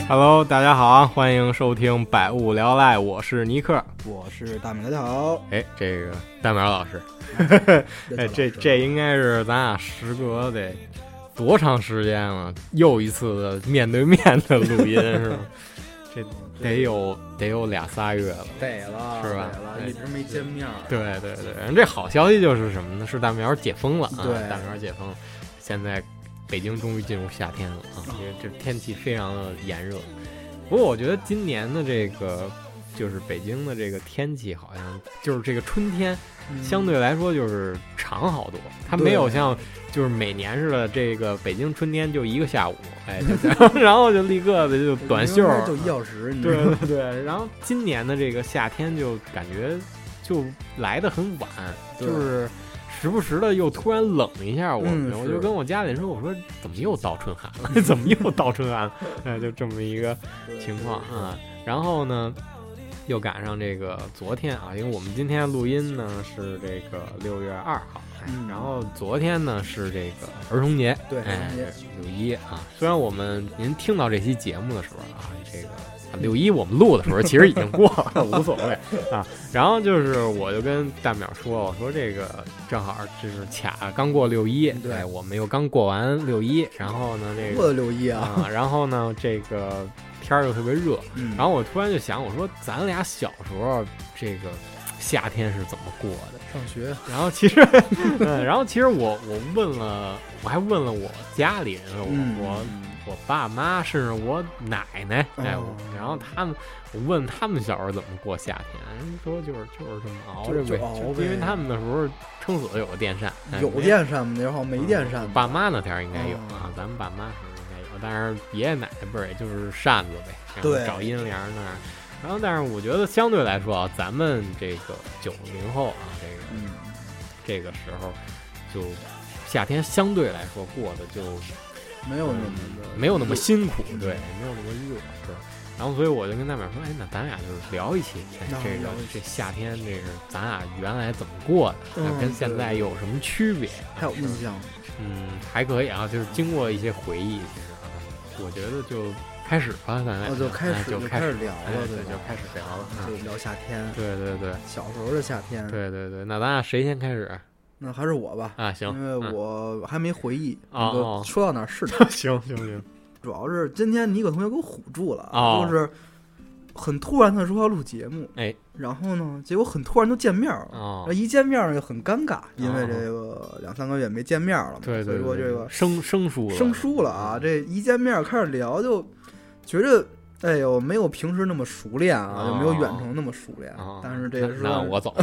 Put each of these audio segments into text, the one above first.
Hello， 大家好，欢迎收听百物聊赖，我是尼克， 我是大美，大家好。 哎，这个大苗老师，哎，这应该是咱俩时隔得多长时间了？又一次的面对面的录音是吗？这得有2-3月了， 得了， 是吧？ 得了，一直没见面。 对，这好消息就是什么呢？是大苗解封了啊！ 对， 大苗解封了，现在北京终于进入夏天了啊！因为这天气非常的炎热。不过我觉得今年的这个就是北京的这个天气，好像就是这个春天相对来说就是长好多，它没有像就是每年似的，这个北京春天就一个下午，哎，就这样然后就立刻的就短袖， 就1小时， 对。然后今年的这个夏天就感觉就来得很晚，就是时不时的又突然冷一下我就跟我家里人说，我说怎么又到春寒了？怎么又到春寒了？哎，就这么一个情况啊。然后呢，又赶上这个昨天啊，因为我们今天录音呢是这个6月2号，然后昨天呢是这个儿童节， 对， 哎，6·1啊。虽然您听到这期节目的时候啊，这个6·1我们录的时候其实已经过了，无所谓啊。然后就是我就跟大淼说，我说这个正好就是刚过6·1，对，我们又刚过完6·1，然后呢这个过了6·1啊， 然后呢这个天儿又特别热，然后我突然就想，我说咱俩小时候这个夏天是怎么过的？ 上学。 然后其实我还问了我家里人，我爸妈甚至我奶奶，哎，然后我问他们小时候怎么过夏天，人说就是这么熬着呗，因为他们那时候撑死有个电扇， 有电扇吗？然后没电扇。 爸妈那天应该有啊，咱们爸妈时候应该有，但是爷爷奶奶辈儿也就是扇子呗，然后找阴凉那儿。然后，但是我觉得相对来说啊，咱们这个90后啊，这个时候就夏天相对来说过的就没有那么辛苦，对，没有那么热，对。然后所以我就跟大淼说，哎，那咱俩就聊一期，这夏天这是咱俩原来怎么过的，跟现在有什么区别？ 还有印象？ 还可以啊，就是经过一些回忆，其实啊，我觉得就开始吧，咱俩就开始聊了， 对，就开始聊了， 就聊夏天， 对， 小时候的夏天， 对，那咱俩谁先开始？ 那还是我吧， 啊，行， 因为我还没回忆，说到哪儿是哪儿，行， 主要是今天尼克同学给我唬住了，就是很突然的说要录节目， 哎， 然后呢，结果很突然就见面了，一见面就很尴尬，因为这个2-3个月没见面了嘛， 对， 所以说这个生疏了啊，这一见面开始聊就觉着。哎呦，没有平时那么熟练啊，就没有远程那么熟练。但是这个是那我走，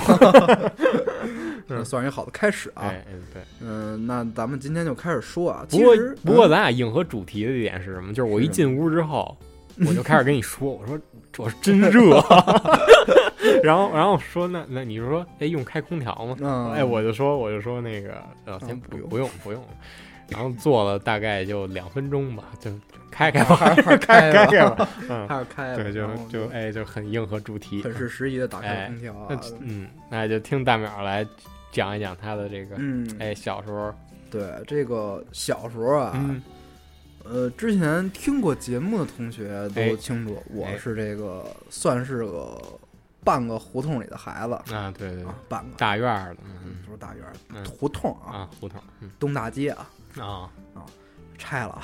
算是一个好的开始啊。 对， 那咱们今天就开始说啊。 不过咱俩应和主题的一点是什么？就是我一进屋之后，我就开始跟你说，我说我真热，然后说那你说，哎，用开空调吗？哎，我就说那个先不用。然后做了大概就2分钟吧，就开吧， 开吧， 开吧， 开始开了， 对，就很应和主题， 很是时宜的打开空调啊。 那就听大淼来讲一讲他的这个，小时候。 对，这个小时候啊，之前听过节目的同学都清楚，我是这个算是个半个胡同里的孩子啊，对， 半个大院的， 不是大院，胡同啊， 胡同， 东大街啊， 拆了，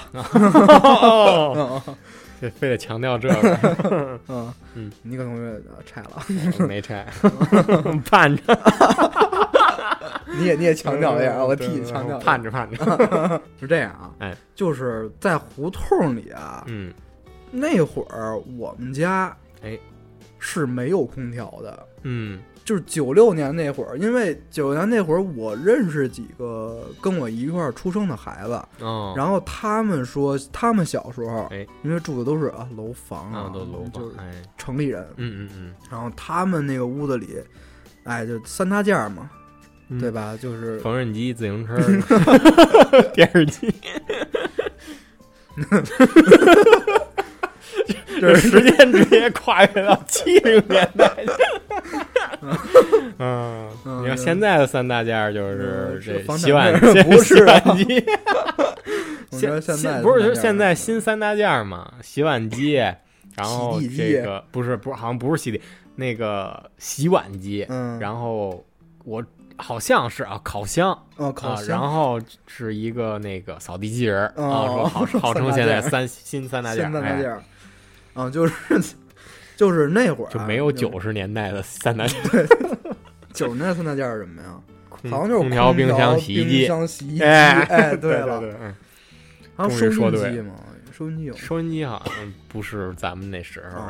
这非得强调这个， 尼克同学拆了， 没拆，盼着， 你也强调一下，我替你强调， 盼着， 是这样啊，就是在胡同里啊，那会儿我们家是没有空调的，就是96年那会儿，因为96年那会儿我认识几个跟我一块儿出生的孩子，然后他们说他们小时候，因为住的都是楼房都楼房， 就是城里人，然后他们那个屋子里，就3大件嘛，对吧？就是缝纫机、自行车、电视机。就是时间直接跨越到70年代去。你看现在的3大件就是这洗碗机， 不是洗碗机、 不是现在新3大件嘛，洗碗机，然后这个不是好像不是洗地，那个洗碗机，然后我好像是烤箱，然后是一个那个扫地机器人说号称现在新三大件， 就是那会儿就没有90年代的3大件。 90年代3大件是什么呀？好像就是空调、冰箱、 洗衣机。对了，还有收音机嘛？收音机有？ 收音机好像不是咱们那时候。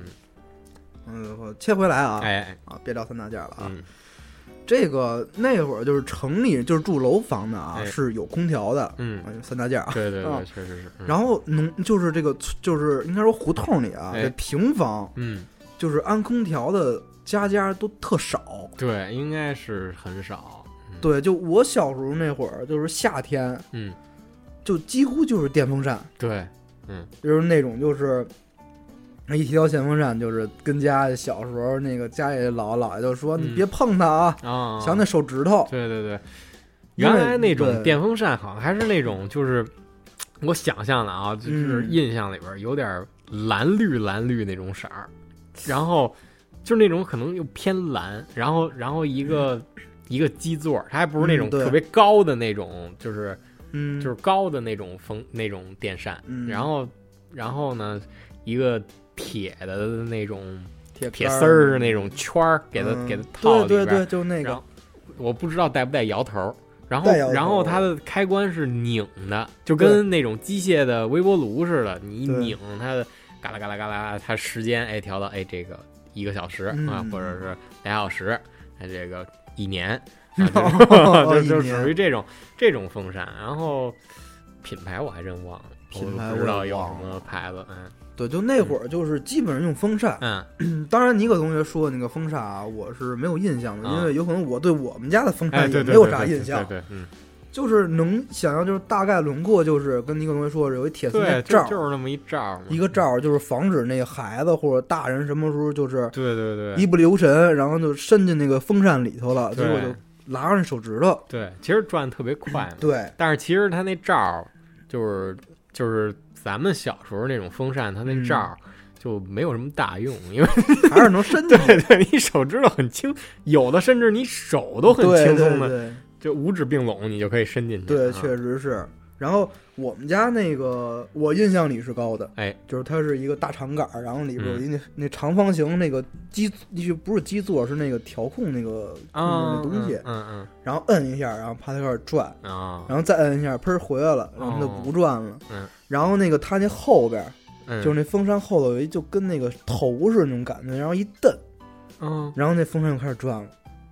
切回来啊，别聊3大件了啊。这个那会儿就是城里就是住楼房的啊，是有空调的，3大件啊。 对，确实是。 然后就是这个就是应该说胡同里啊，这平房，就是安空调的家都特少。 对，应该是很少。 对，就我小时候那会儿，就是夏天，就几乎就是电风扇。 对， 就是那种就是一提到电风扇，就是跟家小时候那个家里姥爷就说你别碰它啊，想那手指头。 对，原来那种电风扇好像还是那种就是我想象的啊，就是印象里边有点蓝绿那种色儿，然后就是那种可能又偏蓝，然后一个基座，它还不是那种特别高的那种，就是高的那种那种电扇，然后呢一个铁的那种铁丝儿那种圈儿给它套里边， 对，就那个， 我不知道带不带摇头，然后它的开关是拧的，就跟那种机械的微波炉似的，你一拧它的嘎啦嘎啦嘎啦，它时间调到这个1个小时啊，或者是2小时，这个1年，就属于这种风扇。然后品牌我还真忘了，我不知道有什么牌子。 对，就那会儿就是基本上用风扇。当然尼克同学说那个风扇啊，我是没有印象的，因为有可能我对我们家的风扇也没有啥印象。 对， 就是能想象，就是大概轮廓，就是跟尼克同学说有一铁丝那罩， 就是那么一罩， 一个罩，就是防止那个孩子或者大人什么时候就是对一不留神，然后就伸进那个风扇里头了，结果就拉上手指头。 对，其实转得特别快嘛。 对， 但是其实它那罩就是咱们小时候那种风扇，它那罩就没有什么大用，因为还是能伸进去。 对，你手指头很轻，有的甚至你手都很轻松的。 对， 就五指并拢，你就可以伸进去。 对，确实是。然后我们家那个，我印象里是高的，就是它是一个大长杆，然后里边有一那长方形那个不是基座，是那个调控那个东西，然后摁一下，然后啪它开始转，然后再摁一下，喷回来了，然后它就不转了，然后那个它那后边，就是那风扇后头有一就跟那个头似的那种感觉，然后一蹬，然后那风扇就开始转了。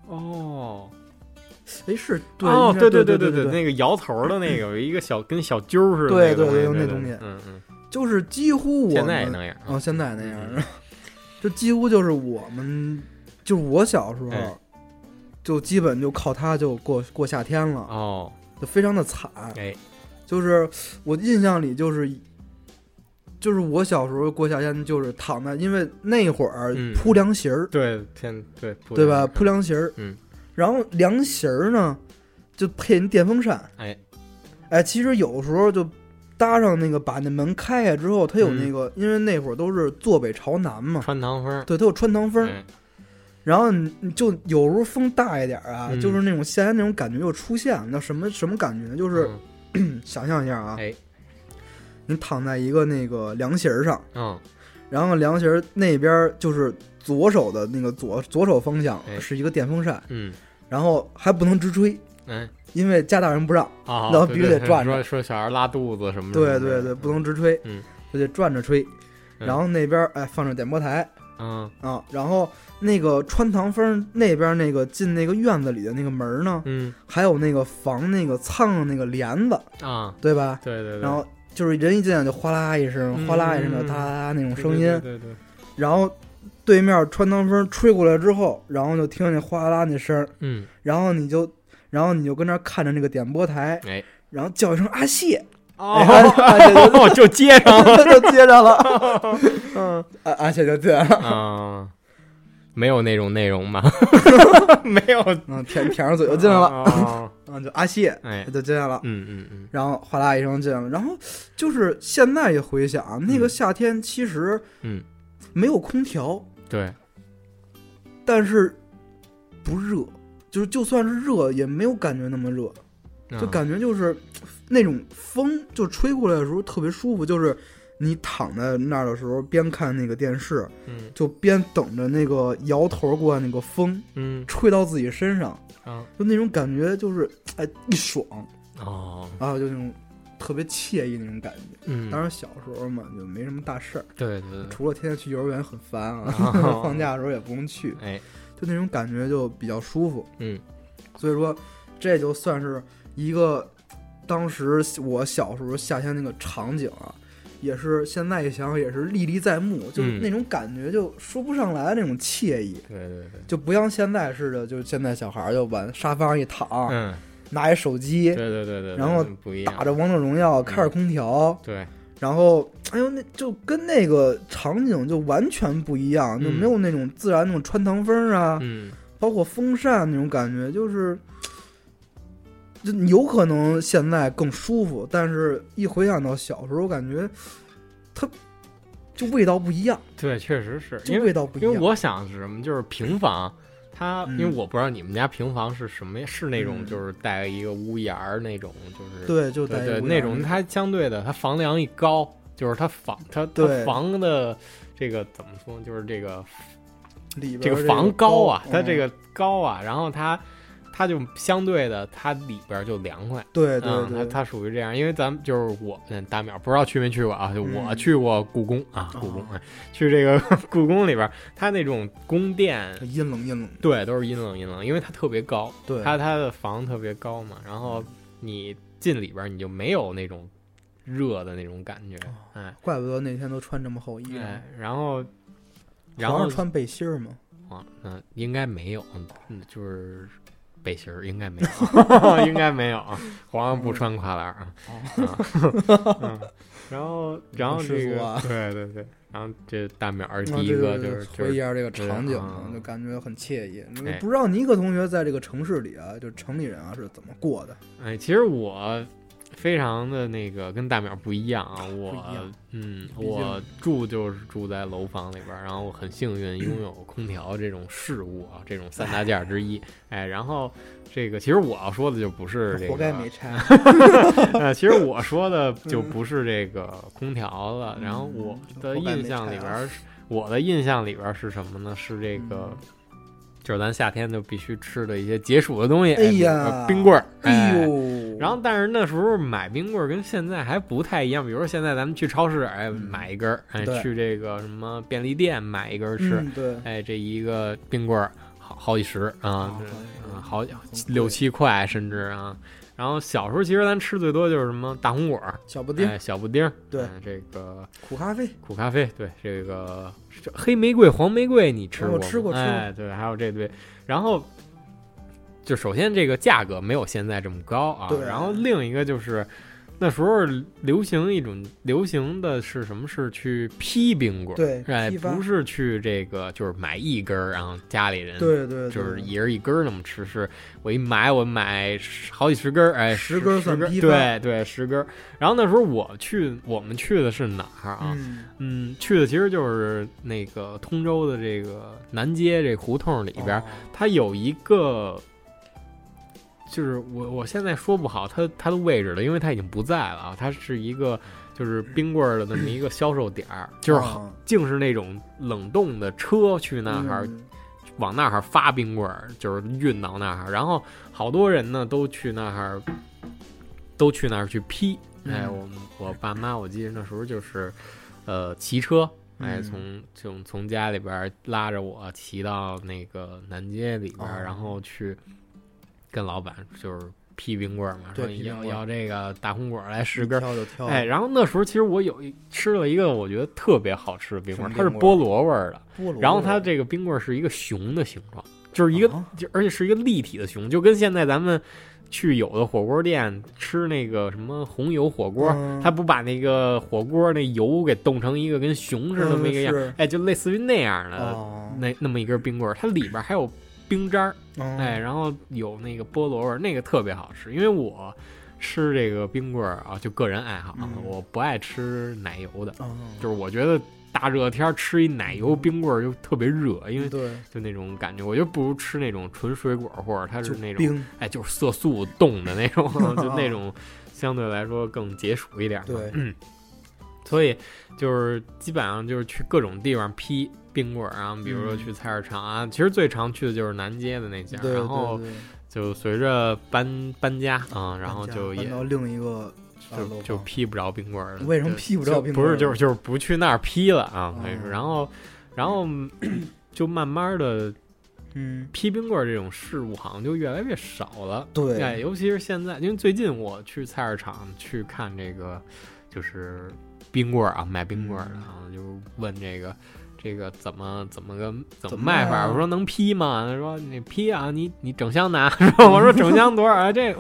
是对对， 那个摇头的那个有一个跟小揪似的， 对，有那东西，就是几乎我现在也那样现在那样，就几乎就是我们，就是我小时候，就基本就靠它就过夏天了，就非常的惨，就是我印象里就是我小时候过夏天就是躺在，因为那会儿铺凉席儿，对吧？铺凉席儿，然后凉席儿呢，就配那电风扇。其实有时候就搭上那个，把那门开开之后，它有那个，因为那会儿都是坐北朝南嘛， 穿堂风。 对，它有穿堂风。然后你就有时候风大一点啊，就是那种夏天那种感觉又出现了。那什么感觉呢？就是想象一下啊，你躺在一个那个凉席儿上，然后凉席儿那边就是左手的那个左手方向是一个电风扇，然后还不能直吹，因为家大人不让，然后必须得转着。 说小孩拉肚子什么的。对，不能直吹，就得转着吹。然后那边放着点播台，然后那个穿堂风那边那个进那个院子里的那个门呢，还有那个防那个苍蝇那个帘子对吧？ 对。 然后就是人一进来就哗啦一声，哗啦一声的哒哒那种声音， 对。 然后对面穿堂风吹过来之后，然后就听见哗啦那声，然后你就跟那看着那个点播台，然后叫一声阿谢， 就接上了， 就接上了，阿谢就接上了， 没有那种内容吧？没有， 舔上嘴就进来了， 就阿谢，就进来了，然后哗啦一声进来了，然后就是现在一回想，那个夏天其实没有空调， 对， 但是不热，就是就算是热也没有感觉那么热，就感觉就是那种风就吹过来的时候特别舒服，就是你躺在那儿的时候边看那个电视，就边等着那个摇头过来那个风，吹到自己身上，就那种感觉就是一爽就那种特别惬意那种感觉。当然小时候嘛就没什么大事儿， 对， 除了天天去幼儿园很烦啊，放假的时候也不用去，就那种感觉就比较舒服。所以说这就算是一个当时我小时候夏天那个场景啊，也是现在一想也是历历在目，就那种感觉就说不上来那种惬意。 对， 就不像现在似的，就现在小孩就往沙发上一躺，拿一手机， 对， 然后打着王者荣耀，开着空调， 对， 然后那就跟那个场景就完全不一样，就没有那种自然那种穿堂风啊，包括风扇那种感觉，就是就有可能现在更舒服，但是一回想到小时候，感觉它就味道不一样。 对，确实是， 就味道不一样。 因为我想是什么，就是平房，它因为我不知道你们家平房是什么，是那种就是带一个屋檐那种，就是对，就带对那种，它相对的，它房梁一高，就是它房的这个怎么说，就是这个里边这个房高啊，它这个高啊，然后它就相对的，它里边就凉快。 对， 它属于这样，因为咱们就是我大淼不知道去没去过啊？就我去过故宫啊，故宫去这个故宫里边，它那种宫殿阴冷， 对，都是阴冷，因为它特别高， 对， 它的房特别高嘛，然后你进里边你就没有那种热的那种感觉， 怪不得那天都穿这么厚衣服。 然后穿背心吗？ 应该没有，就是。背心儿应该没有，应该没有啊！皇上不穿跨栏啊。然后这个，对，然后这大淼第一个就是回忆下这个场景，就感觉很惬意。不知道尼克同学在这个城市里啊，就城里人啊是怎么过的？ 其实我非常的那个跟大淼不一样啊，我就是住在楼房里边，然后我很幸运拥有空调这种事物啊，这种三大件之一。然后这个其实我要说的就不是这个， 活该没拆。 其实我说的就不是这个空调了。然后我的印象里边是什么呢？是这个。就是咱夏天就必须吃的一些解暑的东西，冰棍儿，然后但是那时候买冰棍儿跟现在还不太一样，比如说现在咱们去超市，买一根儿，去这个什么便利店买一根吃， 对， 这一个冰棍儿好几十啊，好6-7块甚至啊。然后小时候其实咱吃最多就是什么大红果、 小布丁， 对，这个苦咖啡，对，这个黑玫瑰、黄玫瑰你吃过吗？ 我吃过， 对，还有这堆。然后就首先这个价格没有现在这么高啊，然后另一个就是那时候流行的是什么？是去批冰棍， 对， 不是去这个就是买一根儿，然后家里人对， 就是一人一根儿那么吃。是我买好几十根儿 ，10根算批发，对，10根。然后那时候我们去的是哪儿啊？去的其实就是那个通州的这个南街这胡同里边，它有一个。就是我现在说不好它的位置了，因为它已经不在了啊。它是一个就是冰棍的那么一个销售点儿，就是竟是那种冷冻的车去那儿，往那儿发冰棍，就是运到那儿，然后好多人呢都去那儿去批。我爸妈我记得那时候就是骑车，从家里边拉着我骑到那个南街里边，然后去。跟老板就是批冰棍嘛，说要这个大红果来10根，然后那时候其实我吃了一个我觉得特别好吃的冰棍，它是菠萝味的，然后它这个冰棍是一个熊的形状，就是一个而且是一个立体的熊，就跟现在咱们去有的火锅店吃那个什么红油火锅，它不把那个火锅那油给冻成一个跟熊似的那么一个样，就类似于那样的那么一根冰棍，它里边还有冰渣儿，哎，然后有那个菠萝味儿，那个特别好吃。因为我吃这个冰棍儿啊，就个人爱好，我不爱吃奶油的，就是我觉得大热天吃一奶油冰棍儿就特别热，因为就那种感觉，我就不如吃那种纯水果，或者它是那种哎，就是色素冻的那种，就那种相对来说更解暑一点。 对， 所以就是基本上就是去各种地方批冰棍儿啊，比如说去菜市场啊，其实最常去的就是南街的那家，然后就随着搬家啊，然后就也到另一个就批不着冰棍儿了。 为什么批不着冰棍儿？不是就是不去那儿批了啊，然后就慢慢的，批冰棍儿这种事物好像就越来越少了。 对， 哎，尤其是现在，因为最近我去菜市场去看这个就是冰棍儿啊，卖冰棍儿的啊，就问这个怎么卖法？我说能批吗？他说你批啊，你整箱拿。我说整箱多少啊？这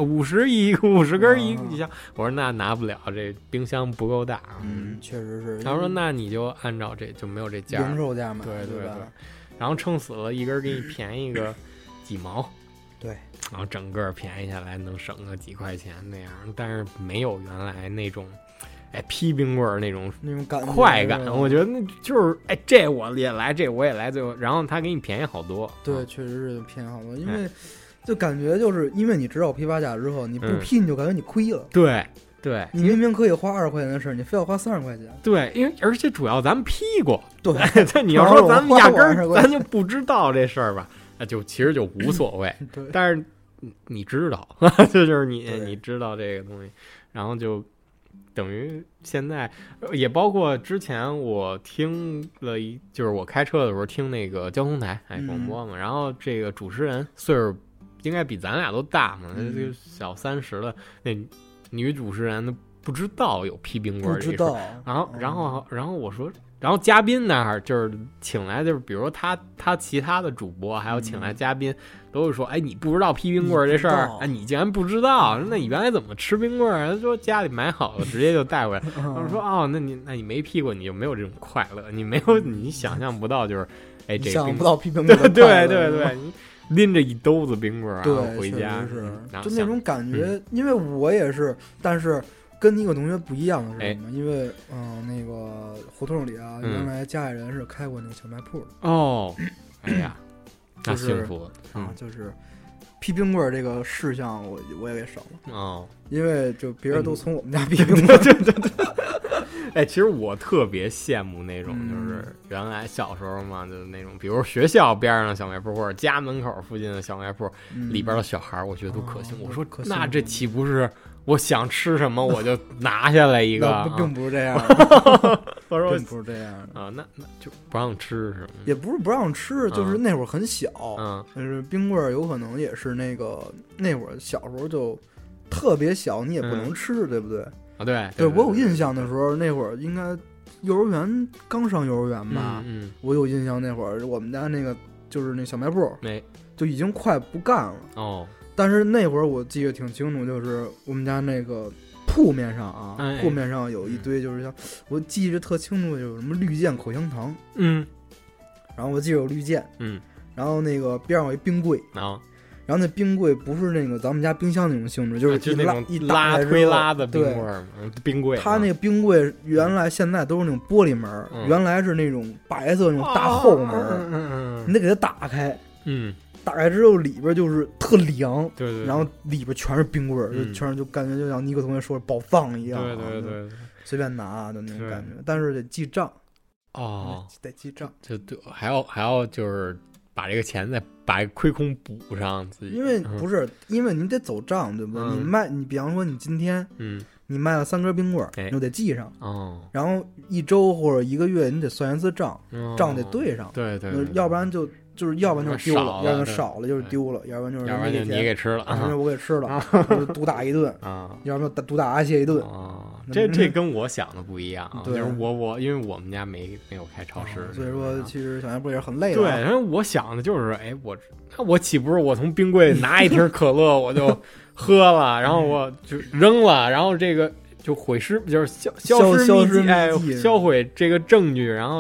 50根一箱。我说那拿不了，这冰箱不够大。 确实是。 他说那你就按照这就没有这价， 零售价买。 对。然后撑死了一根给你便宜个几毛。 对。 然后整个便宜下来能省个几块钱那样，但是没有原来那种。哎，批冰棍儿那种快感，我觉得那就是哎，这我也来，这我也来，最后然后他给你便宜好多。 对，确实是便宜好多，因为就感觉就是因为你知道批发价之后，你不批你就感觉你亏了。 对， 你明明可以花20块钱的事儿，你非要花30块钱。 对，因为而且主要咱们批过。 对， 你要说咱们压根儿咱就不知道这事儿吧，那就其实就无所谓。 对， 但是你知道，这就是你知道这个东西，然后就。等于现在也包括之前我听了就是我开车的时候听那个交通台广播嘛，然后这个主持人岁数应该比咱俩都大嘛，这个小30的那女主持人不知道有批冰棍这事，然后我说。然后嘉宾那儿就是请来，就是比如说他其他的主播，还有请来嘉宾，都会说，哎，你不知道批冰棍这事儿，哎，你竟然不知道？那你原来怎么吃冰棍？他说家里买好了，直接就带回来。他们说，哦，那你没批过，你就没有这种快乐，你想象不到，就是哎，这想不到批冰棍的对，你拎着一兜子冰棍然后回家， 就那种感觉。因为我也是，但是。跟你一个同学不一样的是什么？因为那个胡同里啊，原来家里人是开过那个小卖铺的。 哦，哎呀，那幸福了就是批冰棍这个事项，我也给省了哦，因为就别人都从我们家批冰棍。 对。哎，其实我特别羡慕那种，就是原来小时候嘛，就是那种，比如学校边上的小卖铺，或者家门口附近的小卖铺里边的小孩，我觉得都可幸。我说，那这岂不是？我想吃什么我就拿下来一个， 并不是这样。 我说并不是这样啊，那就不让吃是吗？ 也不是不让吃，就是那会儿很小，但是冰棍有可能也是那会儿小时候就特别小，你也不能吃，对不对？ 啊，对， 我有印象的时候，那会儿应该幼儿园刚上幼儿园吧，我有印象那会儿我们家那个就是那小卖部就已经快不干了哦。 但是那会儿我记得挺清楚，就是我们家那个铺面上啊，铺面上有一堆，就是像我记得特清楚，有什么绿箭口香糖，然后我记得有绿箭，然后那个边上有一冰柜啊， 然后那冰柜不是那个咱们家冰箱那种性质，就是那种一推拉的冰棍，冰柜。 它那个冰柜原来现在都是那种玻璃门，原来是那种白色那种大厚门，你得给它打开，打开之后里边就是特凉， 对， 然后里边全是冰棍儿，就全是就感觉就像尼克同学说的宝藏一样， 对， 随便拿的那种感觉，但是得记账哦， 得记账， 就对，还要就是把这个钱再把亏空补上自己， 因为不是因为你得走账，对不对？你比方说你今天你卖了3根冰棍儿，你就得记上哦， 然后1周或者1个月你得算一次账，账得对上， 对， 要不然就是要不然就是丢了，要不然少了就是丢了，要不然就是你给吃了， 要不然我给吃了，毒打一顿啊， 要不然毒打阿谢一顿啊。这跟我想的不一样啊，就是我因为我们家没有开超市， 所以说其实小卖部也是很累的。 对，然后我想的就是，哎，我岂不是我从冰柜里拿一瓶可乐我就喝了，然后我就扔了，然后这个就毁尸，就是消失秘籍，哎，销毁这个证据，然后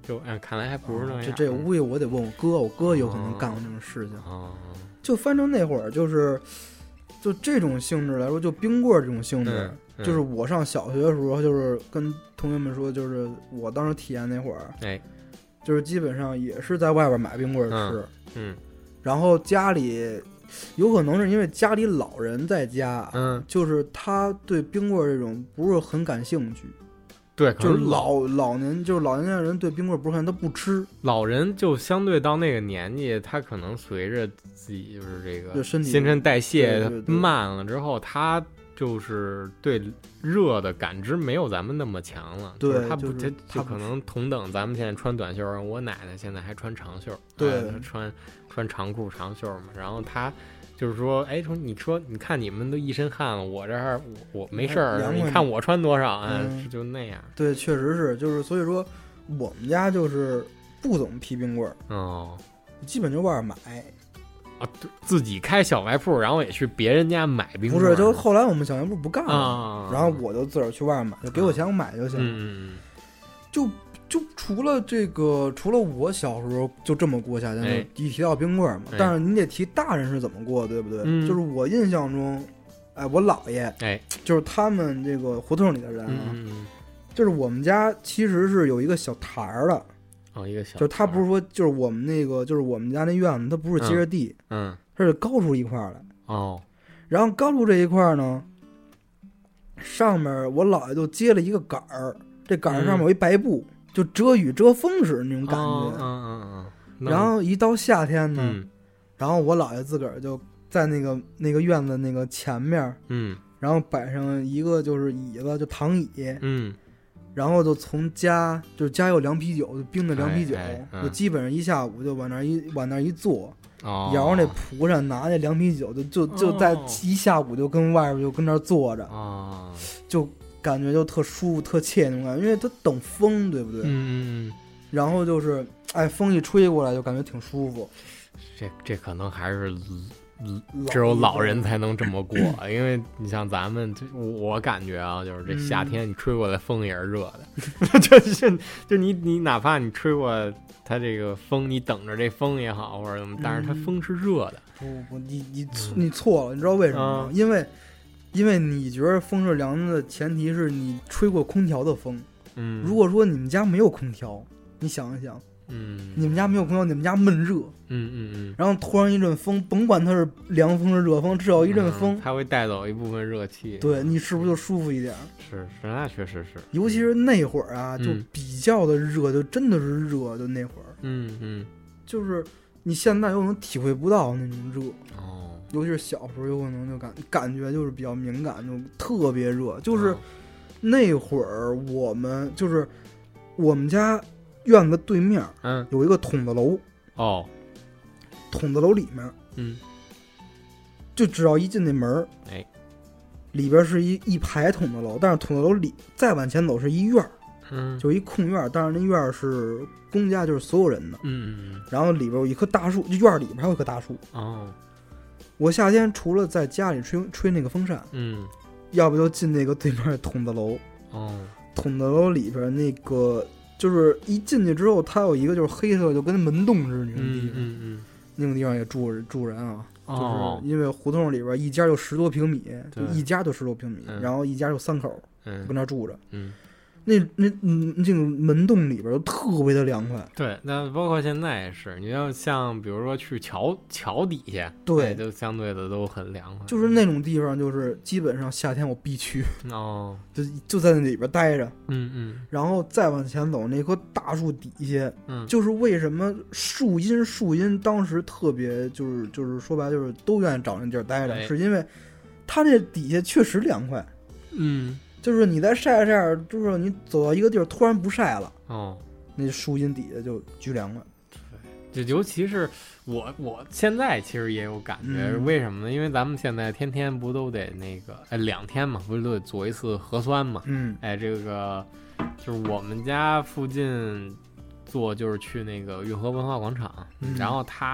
就看来还不是那样。 这估计我得问我哥，我哥有可能干过这种事情。就反正那会儿就这种性质来说，就冰棍这种性质，就是我上小学的时候，就是跟同学们说，就是我当时体验那会儿，就是基本上也是在外边买冰棍吃，然后家里有可能是因为家里老人在家，就是他对冰棍这种不是很感兴趣。 对， 就是老年间人对冰棍不是看他不吃， 老人就相对到那个年纪，他可能随着自己就是这个身体新陈代谢慢了之后，他就是对热的感知没有咱们那么强了。 对， 他可能同等咱们现在穿短袖，我奶奶现在还穿长袖， 对， 穿长裤长袖嘛，然后他。就是说，你看你们都一身汗了，我这儿我没事儿，你看我穿多少就那样。 对，确实是，就是所以说，我们家就是不怎么批冰棍儿，基本就外边买。 啊，自己开小卖铺，然后也去别人家买冰棍儿。 不是，就后来我们小卖铺不干了，然后我就自个儿去外面买，就给我钱我买就行。就除了我小时候就这么过夏天，一提到冰棍嘛，但是你得提大人是怎么过，对不对？就是我印象中，我姥爷，就是他们这个胡同里的人啊，就是我们家其实是有一个小台儿的， 一个小， 就是他不是说就是我们那个就是我们家那院子，它不是接着地，它是高出一块来，然后高出这一块呢，上面我姥爷就接了一个杆儿，这杆儿上面有一白布。就遮雨遮风似的那种感觉，然后一到夏天呢，然后我姥爷自个儿就在那个院子那个前面，然后摆上一个就是椅子，就躺椅，然后就从家有凉啤酒，就冰的凉啤酒，就基本上一下午就往那一坐，摇那蒲扇，拿那凉啤酒，就在一下午就跟外边就跟那坐着，就。感觉就特舒服特惬那种感觉，因为它等风，对不对？然后就是风一吹过来就感觉挺舒服。 这可能还是只有老人才能这么过，因为你像咱们，我感觉啊，就是这夏天你吹过来风也是热的，就你哪怕你吹过它这个风，你等着这风也好或者怎么，但是它风是热的。 不，你错了，你知道为什么吗？因为你觉得风是凉的前提是你吹过空调的风，如果说你们家没有空调，你想一想，你们家没有空调，你们家闷热，然后突然一阵风，甭管它是凉风是热风，只要一阵风， 它会带走一部分热气， 对，你是不是就舒服一点？ 是，那确实是， 尤其是那会儿啊，就比较的热，就真的是热，就那会儿，就是你现在又能体会不到那种热。尤其是小时候有可能就感觉就是比较敏感，就特别热。就是那会儿我们家院子对面有一个筒子楼，筒子楼里面就只要一进那门里边是一排筒子楼，但是筒子楼里再往前走是一院就一空院，但是那院是公家，就是所有人的，然后里边有一棵大树，就院里边还有一棵大树。我夏天除了在家里吹那个风扇，要不就进那个对面的筒子楼。筒子楼里边那个就是一进去之后，它有一个就是黑色，就跟门洞似的那种地方。那种地方也住人啊，就是因为胡同里边一家就10多平米，就一家就10多平米，然后一家就3口，跟那住着。那种门洞里边都特别的凉快。 对，那包括现在也是，你要像比如说去桥底下， 对， 就相对的都很凉快。 就是那种地方，就是基本上夏天我必去就在那里边待着。然后再往前走，那棵大树底下，就是为什么树荫当时特别就是说白就是都愿意找那地儿待着，是因为它这底下确实凉快。就是你在晒，就是你走到一个地儿突然不晒了，那树荫底下就巨凉快。 对，就尤其是我现在其实也有感觉，为什么呢？因为咱们现在天天不都得那个2天嘛，不是都得做一次核酸嘛？这个就是我们家附近做，就是去那个运河文化广场，然后他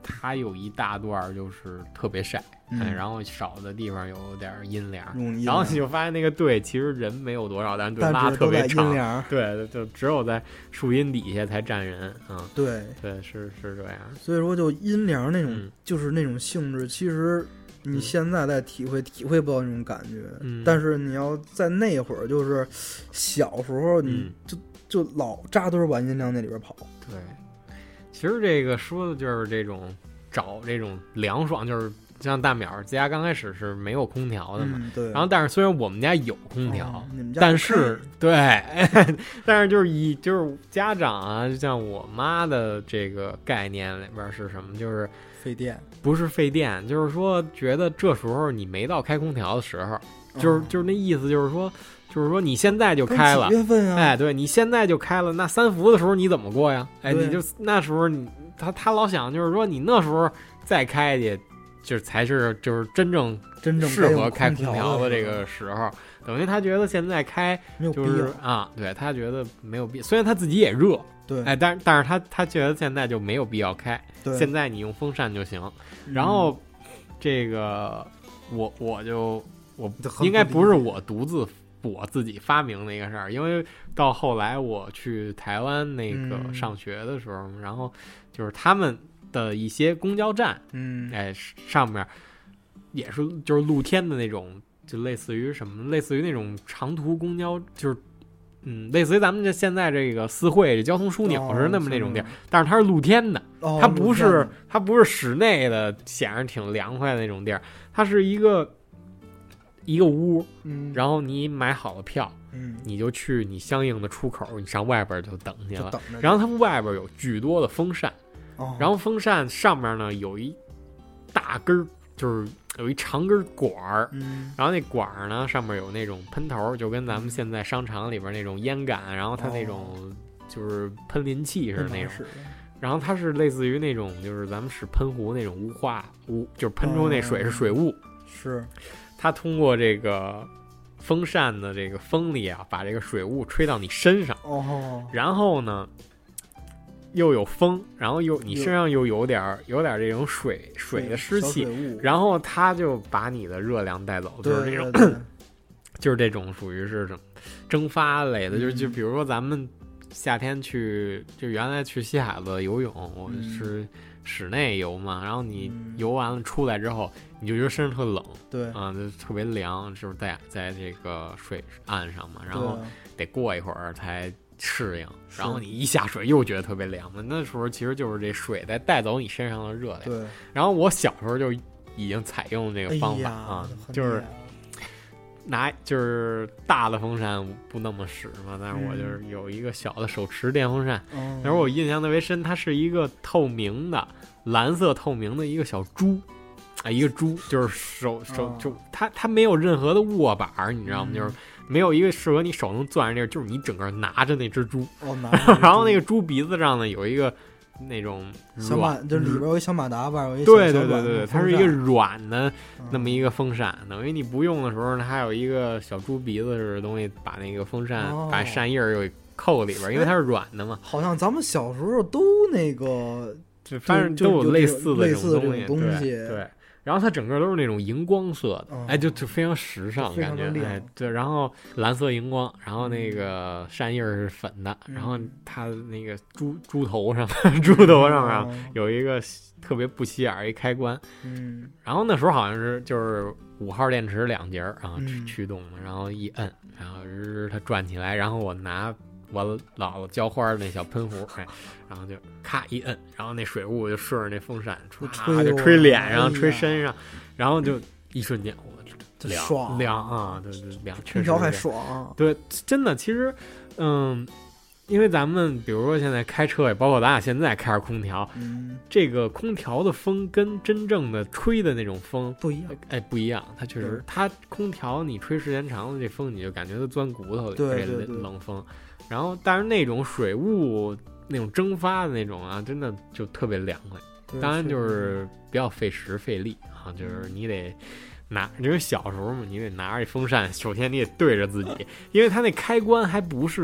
它有一大段就是特别晒，然后少的地方有点阴凉，然后你就发现那个队其实人没有多少，但队拉特别长，对，就只有在树荫底下才站人，对，是这样。 所以说，就阴凉那种，就是那种性质，其实你现在在体会不到那种感觉，但是你要在那会儿，就是小时候，你就老扎堆往阴凉那里边跑， 对。其实这个说的就是这种找这种凉爽，就是像大淼家刚开始是没有空调的嘛， 对。 然后但是虽然我们家有空调， 你们家但是对，但是就是家长啊，就像我妈的这个概念里边是什么，就是费电， 不是费电，就是说觉得这时候你没到开空调的时候，就是那意思，就是说你现在就开了， 几月份啊？ 哎，对，你现在就开了，那3伏的时候你怎么过呀？哎，你就那时候他老想就是说你那时候再开去，就才是就是真正适合开空调的这个时候。等于他觉得现在开就是啊，对他觉得没有必要，虽然他自己也热， 对， 哎，但是他觉得现在就没有必要开，现在你用风扇就行。然后这个我应该不是我自己发明的一个事儿，因为到后来我去台湾那个上学的时候，然后就是他们的一些公交站，哎，上面也是就是露天的那种，就类似于什么，类似于那种长途公交，就是类似于咱们这现在这个四惠这交通枢纽是那么那种地儿，但是它是露天的，它不是室内的，显着挺凉快的那种地儿，它是一个屋，然后你买好了票，你就去你相应的出口，你上外边就等去了。然后他们外边有巨多的风扇，然后风扇上面呢有一大根，就是有一长根管儿，然后那管儿呢上面有那种喷头，就跟咱们现在商场里边那种烟杆，然后它那种就是喷淋器似的那种。然后它是类似于那种就是咱们使喷壶那种雾，就是喷出那水是水雾， 是。 它通过这个风扇的这个风力啊，把这个水雾吹到你身上，然后呢又有风，然后你身上又有点这种水的湿气，然后它就把你的热量带走，就是这种就是这种属于是什么蒸发类的，就比如说咱们夏天就原来去西海子游泳，我是室内游嘛，然后你游完了出来之后，你就觉得身上特冷， 对啊，就特别凉，就是在这个水岸上嘛，然后得过一会儿才适应，然后你一下水又觉得特别凉嘛，那时候其实就是这水在带走你身上的热量。 对， 然后我小时候就已经采用这个方法啊，就是大的风扇不那么使嘛，但是我就是有一个小的手持电风扇，那时候我印象特别深，它是一个透明的蓝色透明的一个小猪，一个猪，就是手就它没有任何的握把，你知道吗？就是没有一个适合你手能攥着地儿，就是你整个拿着那只猪，然后那个猪鼻子上呢有一个那种小就里边有一小马达，外边有一对，它是一个软的那么一个风扇，等于你不用的时候，它还有一个小猪鼻子似的东西，把那个风扇把扇叶又扣里边，因为它是软的嘛。 好像咱们小时候都那个， 反正都有类似的这种东西， 对。然后它整个都是那种荧光色的，哎，就非常时尚感觉，哎，对。然后蓝色荧光，然后那个扇叶是粉的，然后它那个猪头上有一个特别不起眼一开关，然后那时候好像是就是5号电池2节啊驱动的，然后一摁，然后它转起来，然后我拿我姥姥浇花那小喷壶，哎，然后就咔一摁，然后那水雾就顺着那风扇就吹脸上、吹身上，然后就一瞬间我凉啊，对凉， 空调还爽， 对，真的，其实，因为咱们比如说现在开车，也包括咱俩现在开着空调，这个空调的风跟真正的吹的那种风不一样， 哎，不一样，它确实，它空调你吹时间长了，这风你就感觉它钻骨头里，这冷风。然后，但是那种水雾、那种蒸发的那种啊，真的就特别凉快。当然就是比较费时费力啊，就是你得因为小时候嘛，你得拿着风扇，首先你得对着自己，因为它那开关还不是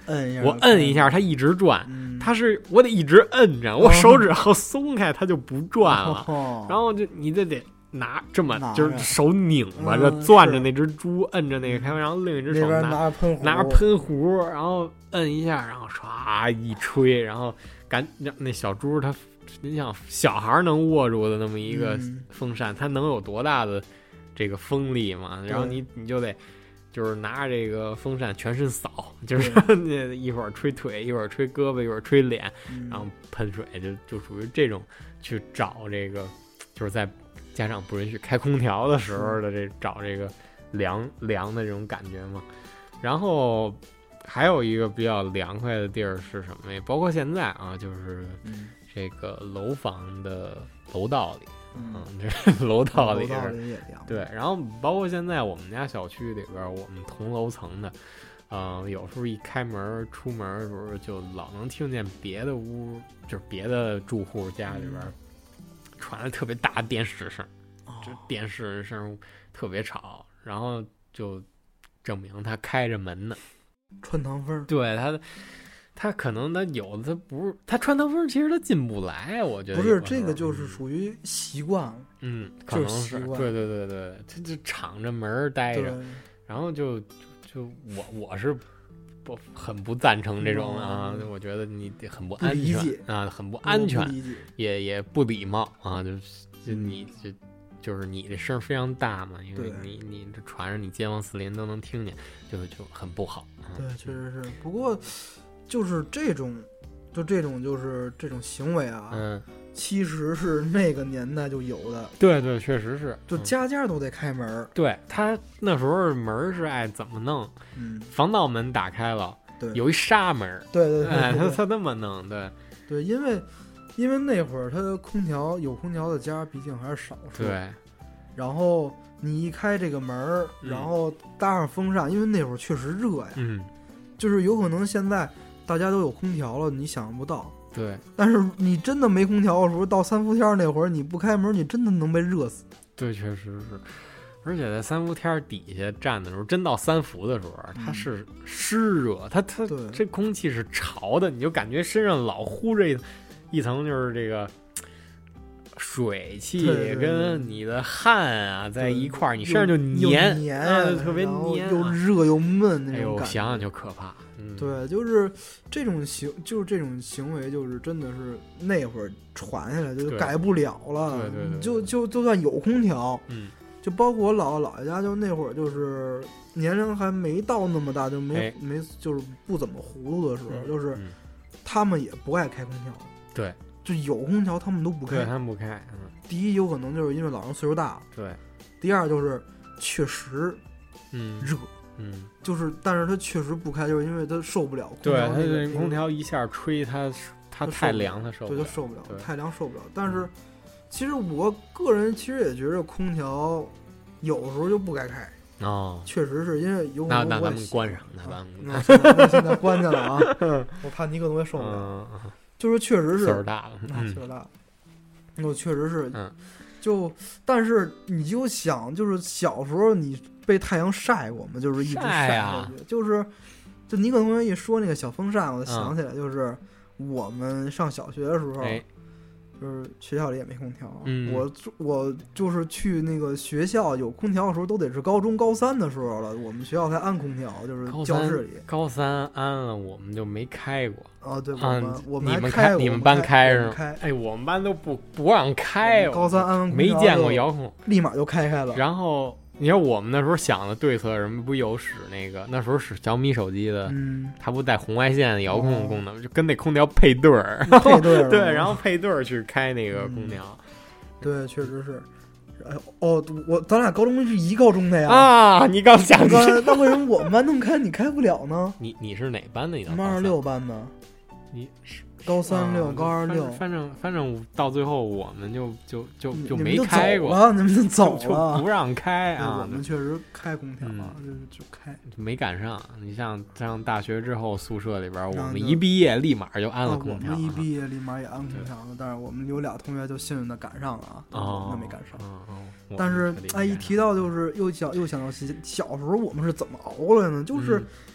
我摁一下它一直转，它是我得一直摁着，我手指要松开它就不转了，然后就你得拿这么就是手拧吧着攥着那只猪，摁着那个开关，然后另一只手拿着喷壶，然后摁一下，然后唰一吹，然后那小猪它，你想小孩能握住的那么一个风扇，它能有多大的这个风力嘛？然后你就得就是拿着这个风扇全身扫，就是那一会儿吹腿，一会儿吹胳膊，一会儿吹脸，然后喷水，就属于这种去找这个，就是在家长不允许开空调的时候的找这个凉的这种感觉嘛。然后还有一个比较凉快的地儿是什么呀？包括现在啊，就是这个楼房的楼道里，这楼道里也凉。 对，然后包括现在我们家小区里边，我们同楼层的，有时候一开门出门的时候，就老能听见别的屋，就是别的住户家里边传来特别大的电视声，就电视声特别吵，然后就证明他开着门呢， 穿堂风。 对他可能他有的他不是他穿堂风，其实他进不来，我觉得不是这个就是属于习惯了， 可能是对，他就敞着门待着，然后就我是很不赞成这种啊，我觉得你很不安全啊，很不安全，也不礼貌啊，就你就是你的声非常大嘛，因为你这传着你街坊四邻都能听见，就很不好。 对，确实是。不过就是这种就是这种行为啊，其实是那个年代就有的。对， 确实是， 就家家都得开门。 对，他那时候门是爱怎么弄？防盗门打开了， 对， 有一纱门。 对， 他那么弄， 对，因为那会儿它的有空调的家毕竟还是少数。 对， 然后你一开这个门，然后搭上风扇，因为那会儿确实热呀。就是有可能现在大家都有空调了，你想象不到。 对， 但是你真的没空调的时候，到三伏天那会儿，你不开门，你真的能被热死。 对，确实是。而且在三伏天底下站的时候，真到三伏的时候，它是湿热，它这空气是潮的，你就感觉身上老呼着一层就是这个水气跟你的汗啊在一块儿，你身上就黏，特别黏， 又热又闷那种感觉。 想想就可怕。 对，就是这种行为，就是真的是那会儿传下来就改不了了。 对， 就算有空调，就包括我姥姥家，就那会儿就是年龄还没到那么大，就没就是不怎么糊涂的时候，就是他们也不爱开空调。 对， 就有空调他们都不开。 对，他们不开。 第一有可能就是因为老人岁数大了。 对。 第二就是确实热。就是但是他确实不开，就是因为他受不了空调。 对，他空调一下吹他太凉，他受不了。 对，他受不了，太凉受不了。但是其实我个人其实也觉得空调有时候就不该开。确实是因为有可能那咱们关上， 那现在关去了啊！我怕你可能会受不了。就是确实是岁数大了， 岁数大了。我确实是，但是你就想，就是小时候你被太阳晒过吗？就是一直晒过去，就你可能一说那个小风扇，我就想起来，就是我们上小学的时候。就是学校里也没空调，我就是去那个学校有空调的时候，都得是高中高三的时候了，我们学校才安空调，就是教室里。 高三安了，我们就没开过。 对，我们还开过。 你们班开是吗？ 开。 我们班都不让开。 高三安完空调没见过遥控， 立马就开了。 然后。你看我们那时候想的对策什么，不有使那时候使小米手机的，它不带红外线遥控功能，就跟那空调配对儿，对，然后配对儿去开那个空调。 对，确实是。咱俩高中是一高中的呀。 你刚想那为什么我们班能开，你开不了呢？ 你是哪班的？ 我们26班的。 你是高36、高26， 反正到最后我们就没开过， 你们就走了，就不让开啊。 我们确实开空调啊，就开， 没赶上。你像上大学之后，宿舍里边我们一毕业立马就安了空调。 我们一毕业立马也安空调了，但是我们有俩同学就幸运的赶上了啊，我们没赶上。但是一提到就是又想到小时候我们是怎么熬来呢？就是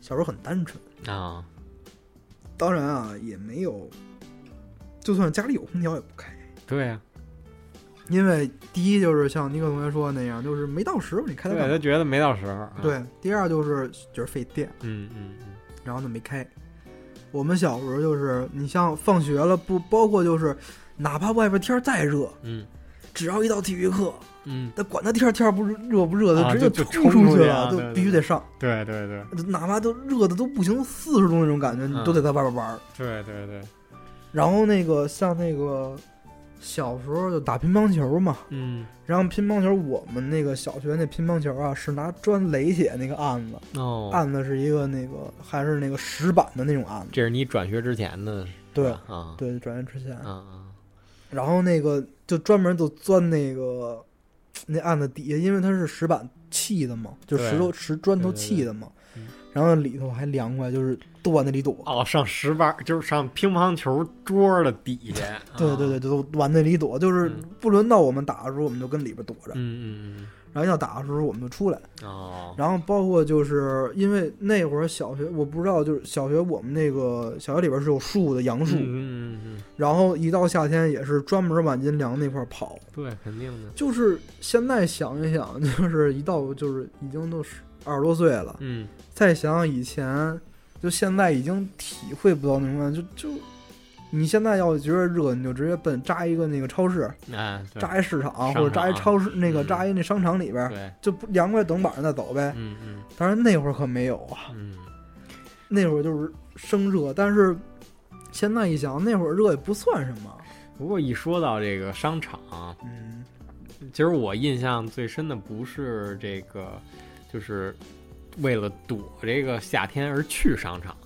小时候很单纯啊。 当然啊，也没有，就算家里有空调也不开。 对呀、 因为第一就是像尼克同学说的那样，就是没到时候你开它干嘛， 对，他觉得没到时候。 对，第二就是费电，然后呢没开。我们小时候就是你像放学了，不包括就是哪怕外边天再热，只要一到体育课，他管他天不热不热的，直接就冲出去了，都必须得上。 对对对， 哪怕都热的都不行，40度那种感觉，你都得在外边玩。 对对对。 然后那个像那个小时候就打乒乓球嘛，然后乒乓球我们那个小学那乒乓球啊是拿砖垒起那个案子，案子是一个那个还是那个石板的那种案子。 这是你转学之前的？ 对啊，对，转学之前然后那个就专门都钻那个那案子底下，因为它是石板砌的嘛，就石砖头砌的嘛，然后里头还凉快，就是都往那里躲。 上石板就是上乒乓球桌的底下。 对对对，都往那里躲，就是不轮到我们打的时候，我们就跟里边躲着。然后要打的时候我们就出来。然后包括就是因为那会儿小学，我不知道，就是小学我们那个小学里边是有树的，杨树。然后一到夏天也是专门往阴凉那块跑。 对，肯定的。 就是现在想一想，就是一到就是已经都20多岁了，再想想以前，就现在已经体会不到那种感觉，就你现在要觉得热，你就直接奔扎一个那个超市，扎一市场或者扎一超市，那个扎一那商场里边，就不凉快等晚上再走呗。当然那会儿可没有啊，那会儿就是生热，但是现在一想，那会儿热也不算什么。 不过一说到这个商场，其实我印象最深的不是这个，就是为了躲这个夏天而去商场，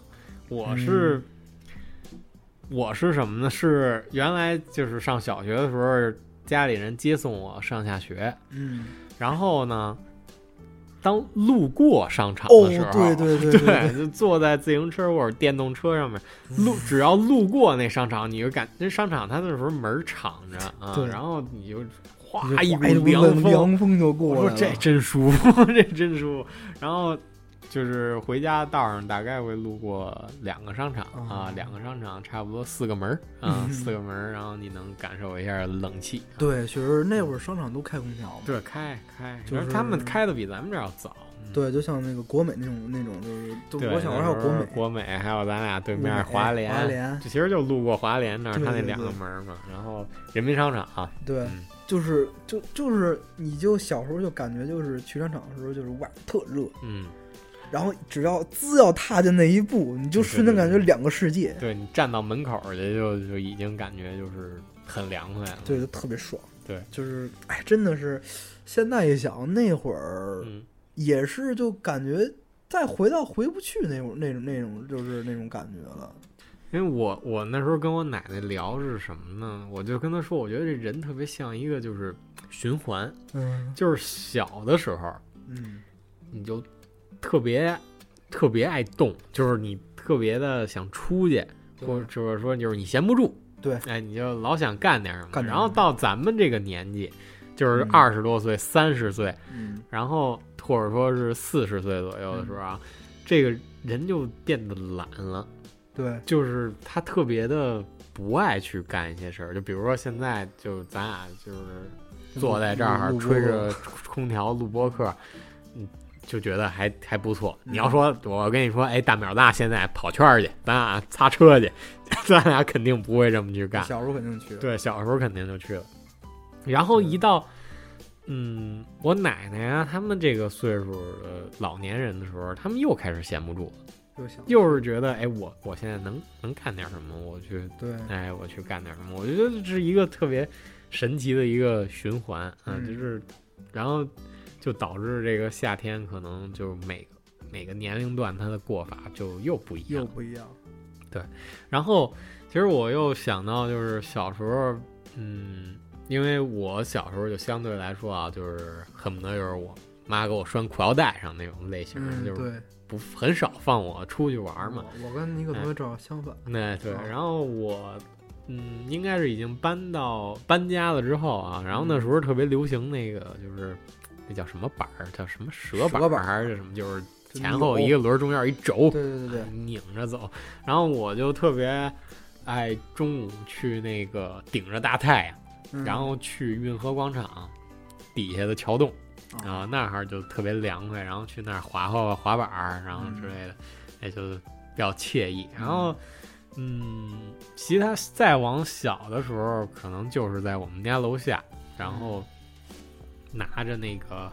我是什么呢？是原来就是上小学的时候，家里人接送我上下学，然后呢，当路过商场的时候，对，就坐在自行车或者电动车上面，只要路过那商场，你就感那商场它那时候门敞着啊，然后你就哗一股凉风就过来了， 我说这真舒服，这真舒服，然后。就是回家道上大概会路过2个商场2个商场差不多4个门4个门，然后你能感受一下冷气。 对，确实那会儿商场都开空调嘛。 对，开，就是他们开的比咱们这儿要早。 对，就像那个国美那种，就是我小时候还有国美，还有咱俩对面华联，这其实就路过华联那儿，他那2个门嘛。然后人民商场对，就是你就小时候就感觉就是去商场的时候就是外特热，然后只要踏进那一步，你就瞬间感觉2个世界。 对，你站到门口去就已经感觉就是很凉快了。 对，就特别爽。 对， 就是真的是，现在一想那会儿，也是就感觉再回不去那种就是那种感觉了。 因为我那时候跟我奶奶聊是什么呢？我就跟她说，我觉得这人特别像一个就是循环，就是小的时候，你就特别爱动，就是你特别的想出去，或者说就是你闲不住， 对， 你就老想干点什么。然后到咱们这个年纪，就是20多岁、30岁，然后或者说是40岁左右的时候啊，这个人就变得懒了。 对， 就是他特别的不爱去干一些事儿，就比如说现在就咱俩就是坐在这儿吹着空调录播客，就觉得还不错。你要说我跟你说，大淼大现在跑圈去，咱俩擦车去，咱俩肯定不会这么去干。 小时候肯定去， 对，小时候肯定就去了。然后一到我奶奶啊，他们这个岁数的老年人的时候，他们又开始闲不住了，又是觉得我现在能干点什么，我去对，我去干点什么。我觉得这是一个特别神奇的一个循环就是然后就导致这个夏天可能就每个年龄段它的过法就又不一样。对，然后其实我又想到就是小时候因为我小时候就相对来说啊，就是恨不得就是我妈给我拴裤腰带上那种类型，就是很少放我出去玩嘛。 我跟尼克同学正好相反。 对，然后我应该是已经搬家了之后啊，然后那时候特别流行那个就是那叫什么板儿，叫什么蛇板还是什么，就是前后一个轮中间一轴， 对， 拧着走。然后我就特别爱中午去那个顶着大太阳，然后去运河广场底下的桥洞啊，那儿就特别凉快，然后去那儿滑板然后之类的，也就比较惬意。然后其他再往小的时候，可能就是在我们家楼下，然后拿着那个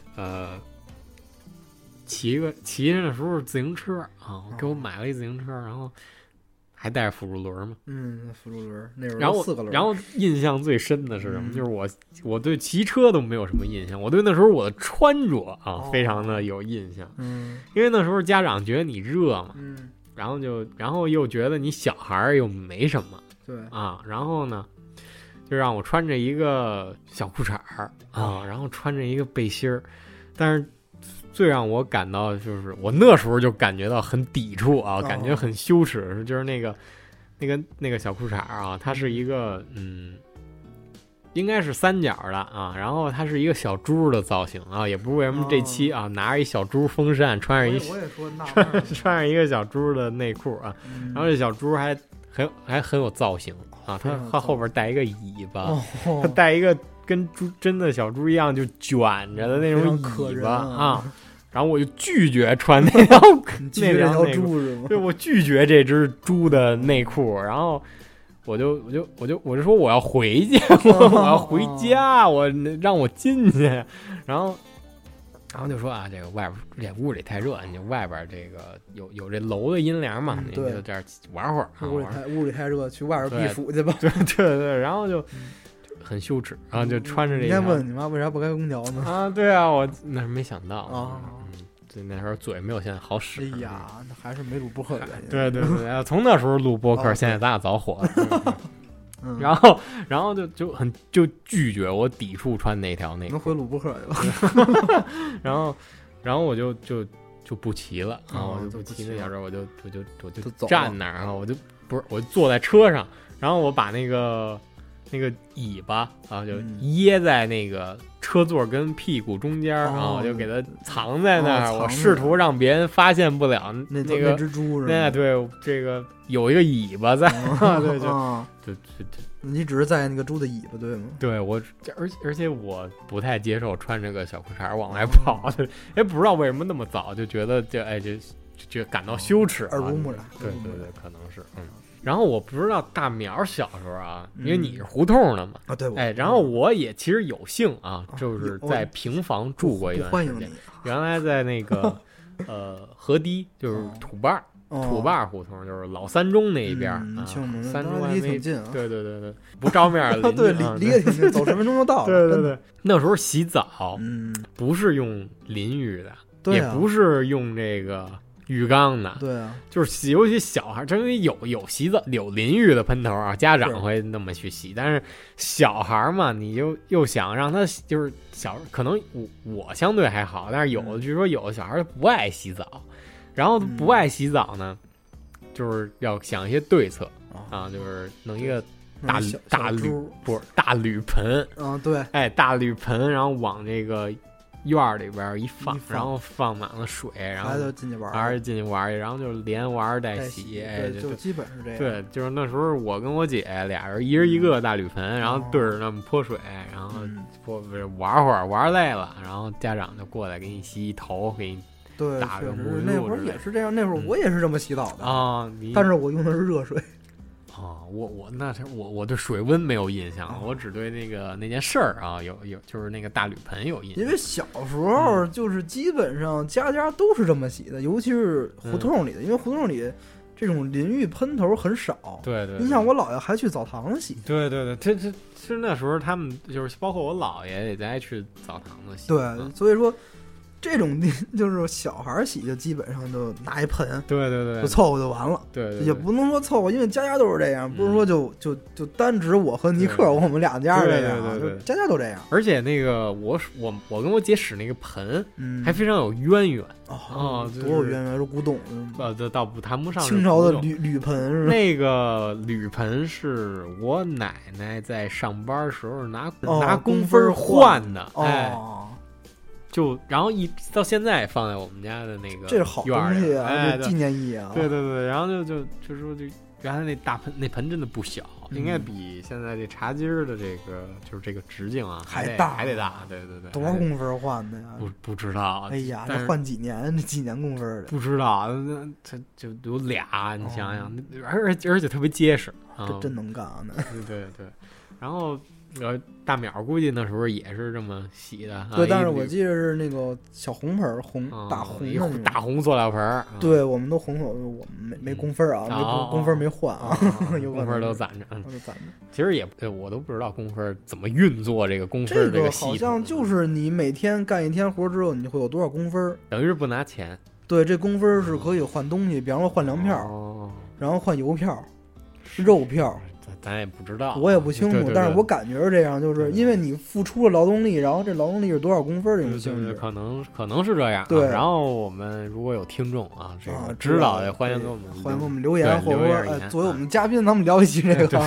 骑着那时候自行车啊，我给我买了一自行车，然后还带着辅助轮嘛。 辅助轮那时候然后 4个轮。 然后印象最深的是什么？就是我对骑车都没有什么印象，我对那时候我的穿着非常的有印象。因为那时候家长觉得你热嘛，然后又觉得你小孩又没什么， 对啊，然后呢，就让我穿着一个小裤衩然后穿着一个背心儿，但是最让我感到就是我那时候就感觉到很抵触感觉很羞耻，就是那个小裤衩它是一个应该是3角的然后它是一个小猪的造型也不是为什么这期拿着一小猪风扇，穿着一个小猪的内裤然后这小猪还很有造型它后边带一个尾巴，它带一个跟真的小猪一样就卷着的那种尾巴然后我就拒绝穿那条猪是吗？ 对，我拒绝这只猪的内裤，然后我就说我要回去，我要回家，让我进去，然后就说这个外边这屋里太热，你外边这个有这楼的阴凉嘛，你就这儿玩会儿。 屋里太热，去外边避暑去吧。 对，然后就很羞耻，然后就穿着这。 应该问你妈为啥不开空调呢？ 对啊，我那是没想到对，那时候嘴没有现在好使。 哎呀，那还是没录播客的原因。对，从那时候录播客，现在咱俩早火了。然后就拒绝我抵触穿那条内裤。 能回录播客去了。 然后我就不骑了我就不骑那小车，我就站那儿，然后我就坐在车上，然后我把那个尾巴就掖在那个车座跟屁股中间我就给它藏在那儿，我试图让别人发现不了那个只猪是吧？ 对，这个有一个尾巴在，对，就你只是在那个猪的尾巴对吗？ 对，而且我不太接受穿这个小裤衩往外跑的，也不知道为什么那么早就觉得就感到羞耻， 耳濡目染。 对，可能是然后我不知道大苗小时候因为你是胡同的嘛对， 然后我也其实有幸就是在平房住过一段时间，原来在那个河堤，就是土坝胡同，就是老三中那一边三中还没近对，不着面的对，离得挺近，走10分钟就到了。对，那时候洗澡不是用淋浴的，也不是用这个浴缸的， 对啊， 就是尤其小孩，因为有洗澡有淋浴的喷头家长会那么去洗，但是小孩嘛，你又想让他就是可能我相对还好，但是据说有的小孩不爱洗澡，然后不爱洗澡呢，就是要想一些对策就是弄一个大铝盆对， 大铝盆，然后往这个院里边一放，然后放满了水，然后就进去玩，然后就连玩带洗， 就基本是这样。 对，就是那时候我跟我姐俩人一人一个大铝盆，然后对着那么泼水，然后玩会儿，玩累了，然后家长就过来给你洗头，给你打个沐浴露。 那会儿也是这样，那会儿我也是这么洗澡的但是我用的是热水。 我对水温没有印象，我只对那件事儿有就是那个大铝盆有印象。 因为小时候就是基本上家家都是这么洗的，尤其是胡同里的，因为胡同里这种淋浴喷头很少。 对， 你想我姥爷还去澡堂洗。 对，这其实那时候他们就是包括我姥爷也在去澡堂子洗。 对，所以说。这种就是小孩洗，就基本上就拿一盆， 对， 就凑合就完了。 对， 也不能说凑合，因为家家都是这样，不是说就单指我和尼克我们两家这样， 对， 家家都这样。 而且那个我跟我姐使那个盆，还非常有渊源多有渊源，是古董这倒不谈不上清朝的铝盆是吧？ 那个铝盆是我奶奶在上班时候拿工分换的， 就然后到现在放在我们家的那个， 这是好东西啊， 这纪念意义啊。 对对对，然后就说原来那盆真的不小，应该比现在这茶几的这个就是这个直径啊还得大，对对对。 多少公分换的呀？ 不知道。 哎呀，这换几年？这几年公分的？ 不知道，它就有俩，你想想，而且特别结实， 这真能干啊！ 对，然后。大淼估计那时候也是这么洗的， 对，但是我记得是那个小红盆，大红塑料盆。 对，我们都红手，我们没公分啊，公分没换啊， 公分都攒着， 都攒着。 其实我都不知道公分怎么运作这个公分这个系统。 好像就是你每天干一天活之后，你会有多少公分， 等于是不拿钱。 对，这公分是可以换东西，比方说换粮票，然后换邮票、肉票。 咱也不知道， 我也不清楚，但是我感觉是这样，就是因为你付出了劳动力，然后这劳动力是多少公分这种性质， 可能是这样。 对， 然后我们如果有听众啊，这个知道的，欢迎给我们留言，或者说作为我们嘉宾，咱们聊一期这个。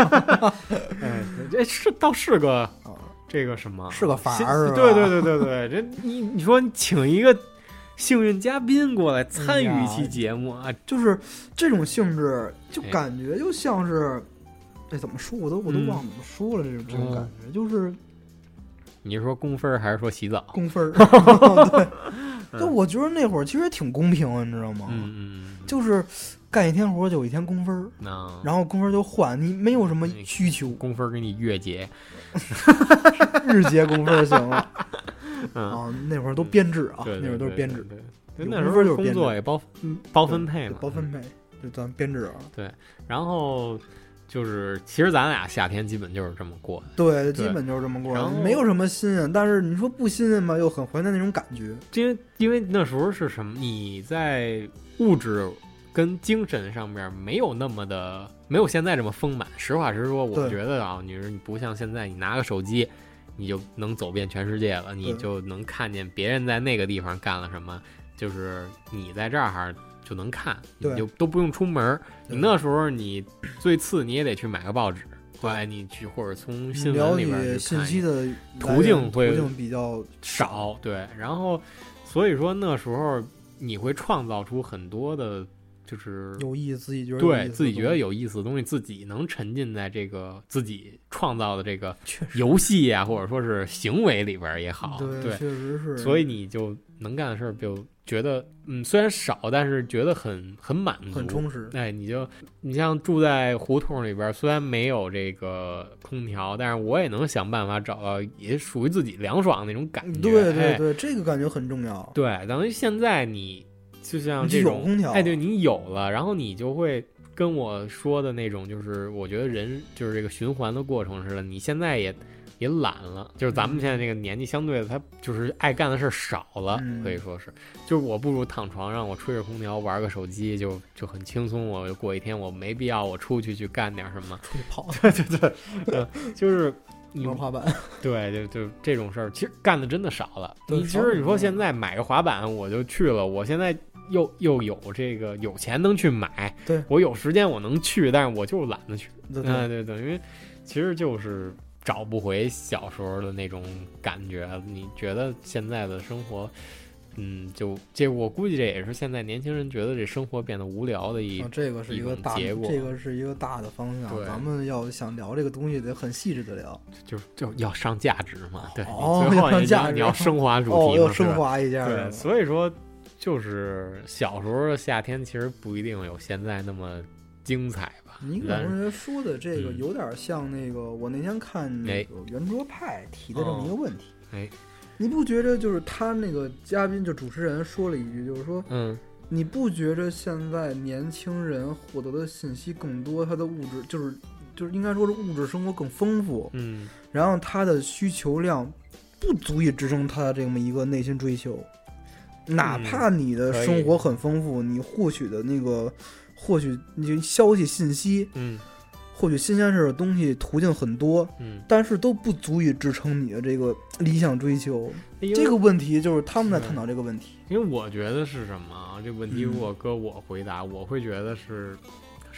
这是个这个什么， 是个法儿。 对，这你说你请一个幸运嘉宾过来参与一期节目啊， 就是这种性质，就感觉就像是。这怎么说？我都忘怎么说了。这种感觉就是， 你是说公分还是说洗澡？ 公分。对，就我觉得那会儿其实挺公平，你知道吗？就是干一天活就有一天公分，然后公分就换，你没有什么需求。 公分给你月结， 日结公分就行了。啊，那会儿都编制啊，那会儿都是编制。 那时候就是工作也包分配嘛， 包分配就咱编制啊。 对，然后。就是其实咱俩夏天基本就是这么过的， 对，基本就是这么过的，没有什么新鲜，但是你说不新鲜吧，又很怀念那种感觉。 因为那时候是什么？你在物质跟精神上面没有现在这么丰满。实话实说，我觉得啊，你不像现在，你拿个手机，你就能走遍全世界了，你就能看见别人在那个地方干了什么，就是你在这儿。就能看，你就都不用出门。你那时候你最次你也得去买个报纸，后来你去或者从新闻里边去看， 信息的途径比较少。对，然后所以说那时候你会创造出很多的，就是有意思，自己觉得有意思的东西，自己能沉浸在这个自己创造的这个游戏啊，或者说是行为里边也好，对， 确实是。 所以你就能干的事儿就觉得虽然少，但是觉得很满足， 很充实。 哎，你像住在胡同里边，虽然没有这个空调，但是我也能想办法找到也属于自己凉爽那种感觉。 对，这个感觉很重要。 对，等于现在你就像这种空调， 哎，对你有了，然后你就会跟我说的那种，就是我觉得人就是这个循环的过程似的，你现在也懒了，就是咱们现在这个年纪相对的，他就是爱干的事少了，可以说是，就是我不如躺床上，我吹着空调玩个手机就很轻松，我就过一天，我没必要我出去干点什么， 出去跑， 对，就是玩滑板， 对，就这种事儿，其实干的真的少了。其实你说现在买个滑板我就去了，我现在又有这个有钱能去买， 对我有时间我能去，但是我就是懒得去， 对， 因为其实就是找不回小时候的那种感觉。你觉得现在的生活，我估计这也是现在年轻人觉得这生活变得无聊的这个是一个大结果， 这个是一个大的方向。咱们要想聊这个东西，得很细致的聊， 就要上价值嘛。对，最后你要升华主题嘛， 要升华一下。 对，所以说就是小时候的夏天其实不一定有现在那么精彩吧。 你可能说的这个有点像那个，我那天看那个圆桌派提的这么一个问题。你不觉得就是他那个嘉宾就主持人说了一句，就是说，你不觉得现在年轻人获得的信息更多，他的物质就是应该说是物质生活更丰富，然后他的需求量不足以支撑他的这么一个内心追求，哪怕你的生活很丰富，你获取你就消息信息，获取新鲜事的东西途径很多，但是都不足以支撑你的这个理想追求。这个问题就是他们在探讨这个问题。 因为我觉得是什么？这个问题如果搁我回答，我会觉得是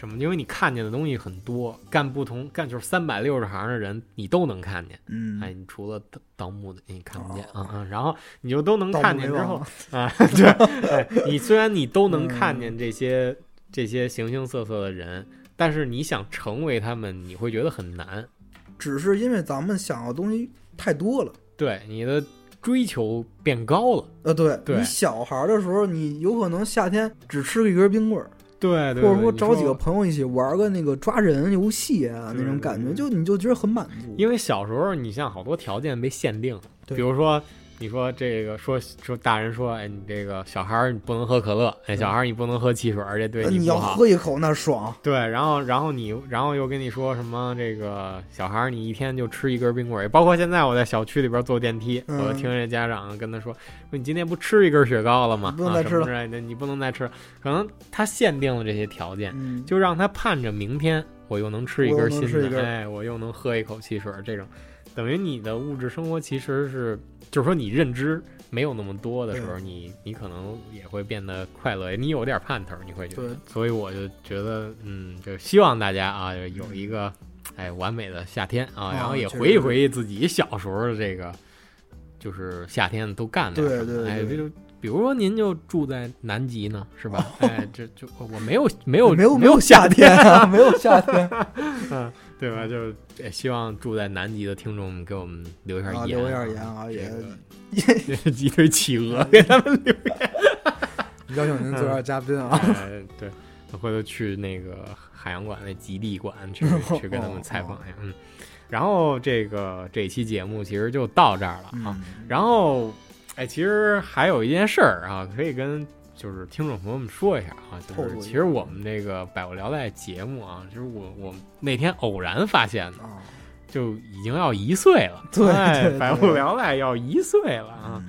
什么？因为你看见的东西很多，干就是360行的人，你都能看见。哎，你除了盗墓的你看不见然后你就都能看见之后对，哎，你虽然你都能看见这些形形色色的人，但是你想成为他们，你会觉得很难。 只是因为咱们想要的东西太多了， 对你的追求变高了。 对，你小孩的时候，你有可能夏天只吃一根冰棍儿， 对， 或者说找几个朋友一起玩个那个抓人游戏啊，那种感觉，你就觉得很满足。 因为小时候你像好多条件被限定，比如说你说这个说大人说，哎，你这个小孩你不能喝可乐，哎，小孩你不能喝汽水，这对你要喝一口那爽。 对，然后又跟你说什么这个小孩你一天就吃一根冰棍，包括现在我在小区里边坐电梯，我就听人家家长跟他说你今天不吃一根雪糕了吗？ 不能再吃了， 你不能再吃。可能他限定了这些条件，就让他盼着明天我又能吃一根新的，哎，我又能喝一口汽水，这种等于你的物质生活其实是。就是说你认知没有那么多的时候，你可能也会变得快乐，你有点盼头，你会觉得。所以我就觉得，就希望大家啊有一个完美的夏天啊，然后也回忆回忆自己小时候的这个，就是夏天都干的什么。哎，就比如说您就住在南极呢，是吧？哎，就我没有夏天啊，没有夏天， 对吧？就希望住在南极的听众给我们留一下言， 留一下言啊，也一堆企鹅给他们留言， 邀请您做下嘉宾啊。 对，回头去那个海洋馆那极地馆去跟他们采访一下。然后这期节目其实就到这儿了啊。然后其实还有一件事儿啊，可以跟就是听众朋友们说一下啊，就是其实我们这个百物聊赖节目啊，就是我那天偶然发现的，就已经要1岁了。 对， 百物聊赖要1岁了啊，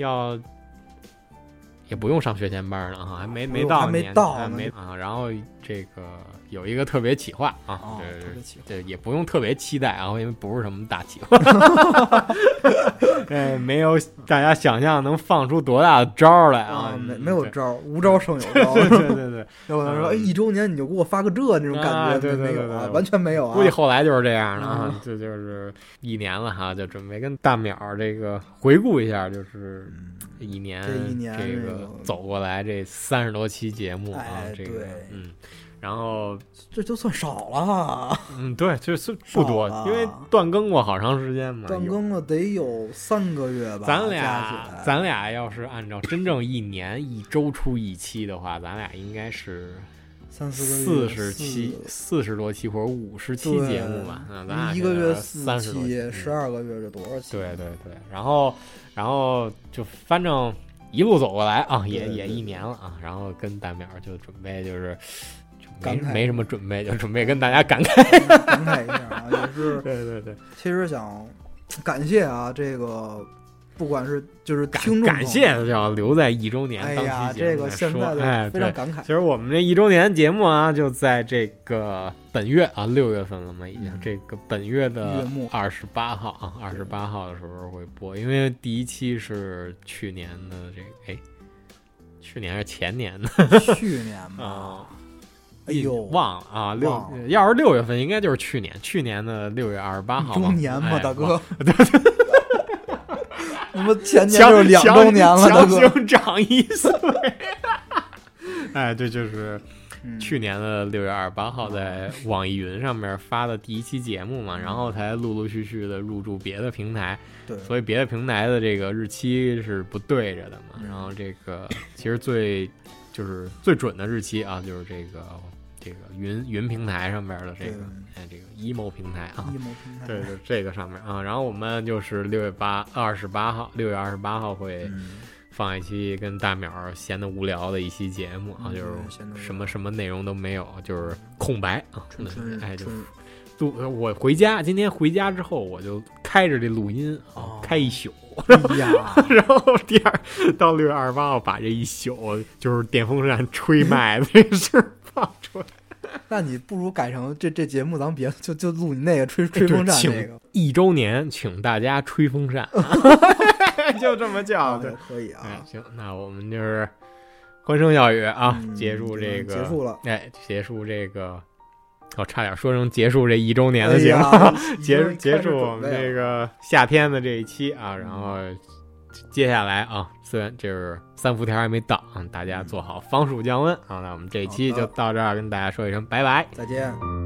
也不用上学前班了啊，还没到年，还没啊。然后这个有一个特别企划啊，这也不用特别期待啊，因为不是什么大企划，没有大家想象能放出多大的招来啊， 没有招，无招胜有招。 对， 有可能说1周年你就给我发个那种感觉， 对， 没有啊，完全没有啊。 估计后来就是这样的啊，就是1年了哈，就准备跟大淼这个回顾一下，就是一年这个走过来这30多期节目啊，这个然后这就算少了哈。 对，就是不多，因为断更过好长时间嘛， 断更了得有3个月吧。 咱俩要是按照真正1年1周出1期的话，咱俩应该是 3-4个月 40多期或者50期节目吧。咱俩 1个月 30 期，12个月是多少期？ 对，然后就反正一路走过来啊，也1年了啊。然后跟大淼就准备就是没什么准备，就准备跟大家感慨一下啊，也是对。 其实想感谢啊，这个不管是就是听众感谢就要留在1周年当期节目这个现在的非常感慨。 其实我们这1周年节目啊，就在这个本月啊6月份了嘛，已经这个本月的28号啊，28号的时候会播，因为第1期是去年的这个去年还是前年的？ 去年吧。哎呦， 忘了啊！要是6月份，应该就是去年的6月28号。 1周年嘛，大哥。对。我们前年就是2周年了，大哥。 强行长1岁。对，就是去年的6月28号在网易云上面发的第1期节目嘛，然后才陆陆续续的入驻别的平台。 对。 所以别的平台的这个日期是不对着的嘛，然后这个其实最准的日期啊，就是这个云平台上面的这个emo 平台啊，对，这个上面啊，然后我们就是6月28号会放一期跟大淼闲得无聊的一期节目啊，就是什么内容都没有，就是空白啊，我今天回家之后我就开着这录音啊，开1宿。然后到6月28号把这1宿就是电风扇吹麦的这事儿放出来。 那你不如改成这节目，咱们别就录你那个吹风扇那个。 1周年，请大家吹风扇，就这么叫，对， 可以啊。 行，那我们就是欢声笑语啊，结束这个，结束了， 哎，结束这个，我差点说成结束这1周年的节目，结束我们这个夏天的这一期啊，然后接下来啊，虽然就是3伏天还没到，大家做好防暑降温啊，那我们这一期就到这儿，跟大家说一声拜拜， 再见。